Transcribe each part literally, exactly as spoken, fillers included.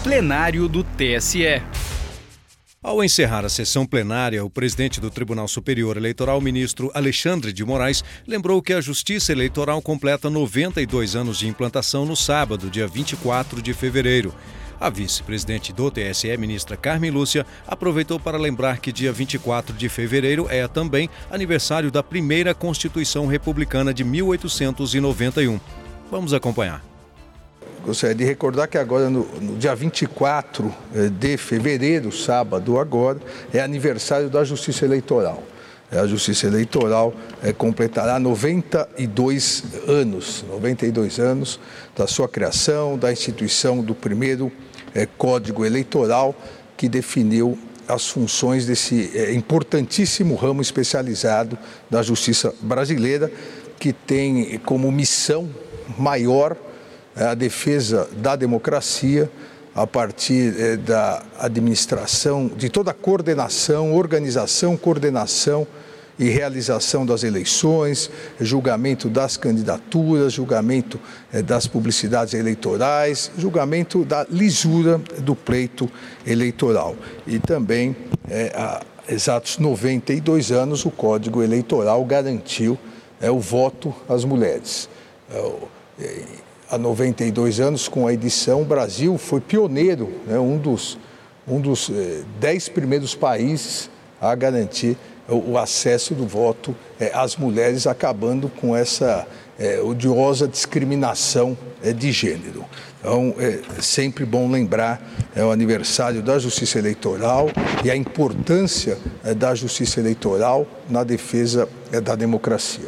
plenário do T S E. Ao encerrar a sessão plenária, o presidente do Tribunal Superior Eleitoral, ministro Alexandre de Moraes, lembrou que a Justiça Eleitoral completa noventa e dois anos de implantação no sábado, dia vinte e quatro de fevereiro. A vice-presidente do T S E, ministra Carmen Lúcia, aproveitou para lembrar que dia vinte e quatro de fevereiro é também aniversário da primeira Constituição Republicana de mil oitocentos e noventa e um. Vamos acompanhar. Gostaria de recordar que agora, no, no dia vinte e quatro de fevereiro, sábado agora, é aniversário da Justiça Eleitoral. A Justiça Eleitoral é, completará noventa e dois anos, noventa e dois anos da sua criação, da instituição do primeiro é, Código Eleitoral que definiu as funções desse é, importantíssimo ramo especializado da justiça brasileira, que tem como missão maior a defesa da democracia a partir eh, da administração, de toda a coordenação, organização, coordenação e realização das eleições, julgamento das candidaturas, julgamento eh, das publicidades eleitorais, julgamento da lisura do pleito eleitoral. E também, eh, há exatos noventa e dois anos, o Código Eleitoral garantiu eh, o voto às mulheres. Eh, Há noventa e dois anos, com a edição, o Brasil foi pioneiro, né, um dos, um dos eh, dez primeiros países a garantir o, o acesso do voto eh, às mulheres, acabando com essa eh, odiosa discriminação eh, de gênero. Então, é sempre bom lembrar é, o aniversário da Justiça Eleitoral e a importância é, da Justiça Eleitoral na defesa é, da democracia.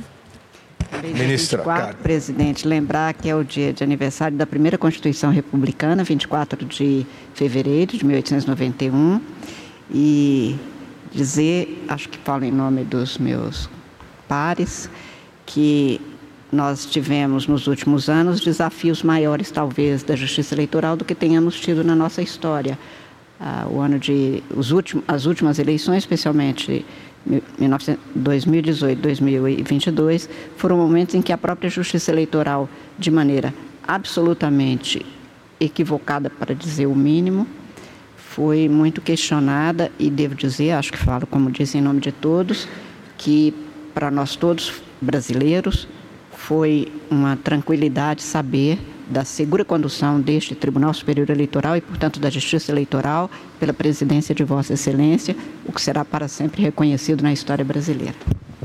Ministra vinte e quatro, presidente, lembrar que é o dia de aniversário da primeira Constituição Republicana, vinte e quatro de fevereiro de mil oitocentos e noventa e um, e dizer, acho que falo em nome dos meus pares, que nós tivemos nos últimos anos desafios maiores, talvez, da Justiça Eleitoral do que tenhamos tido na nossa história. Ah, o ano de, os últimos, as últimas eleições, especialmente dois mil e dezoito, dois mil e vinte e dois, foram momentos em que a própria Justiça Eleitoral, de maneira absolutamente equivocada, para dizer o mínimo, foi muito questionada e devo dizer, acho que falo como disse em nome de todos, que para nós todos brasileiros foi uma tranquilidade saber da segura condução deste Tribunal Superior Eleitoral e, portanto, da Justiça Eleitoral pela presidência de Vossa Excelência, o que será para sempre reconhecido na história brasileira.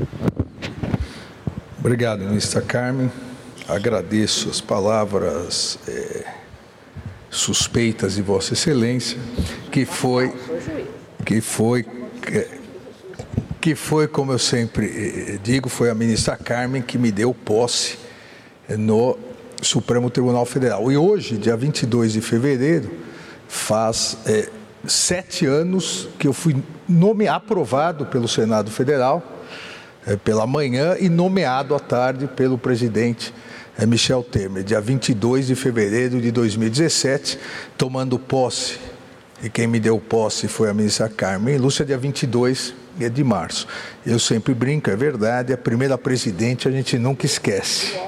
Obrigado, ministra Carmen. Agradeço as palavras é, suspeitas de Vossa Excelência, que foi, que foi, que foi, como eu sempre digo, foi a ministra Carmen que me deu posse no Supremo Tribunal Federal. E hoje, dia vinte e dois de fevereiro, faz é, sete anos que eu fui nome, aprovado pelo Senado Federal é, pela manhã e nomeado à tarde pelo presidente é, Michel Temer, dia vinte e dois de fevereiro de dois mil e dezessete, tomando posse, e quem me deu posse foi a ministra Carmen Lúcia, dia vinte e dois de março. Eu sempre brinco, é verdade, a primeira presidente a gente nunca esquece.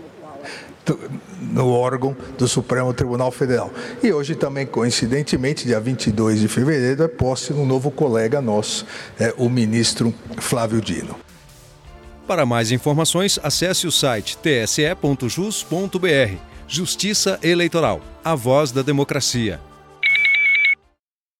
No órgão do Supremo Tribunal Federal. E hoje também, coincidentemente, dia vinte e dois de fevereiro, é posse de um novo colega nosso, é, o ministro Flávio Dino. Para mais informações, acesse o site t s e ponto jus ponto b r. Justiça Eleitoral, a voz da democracia.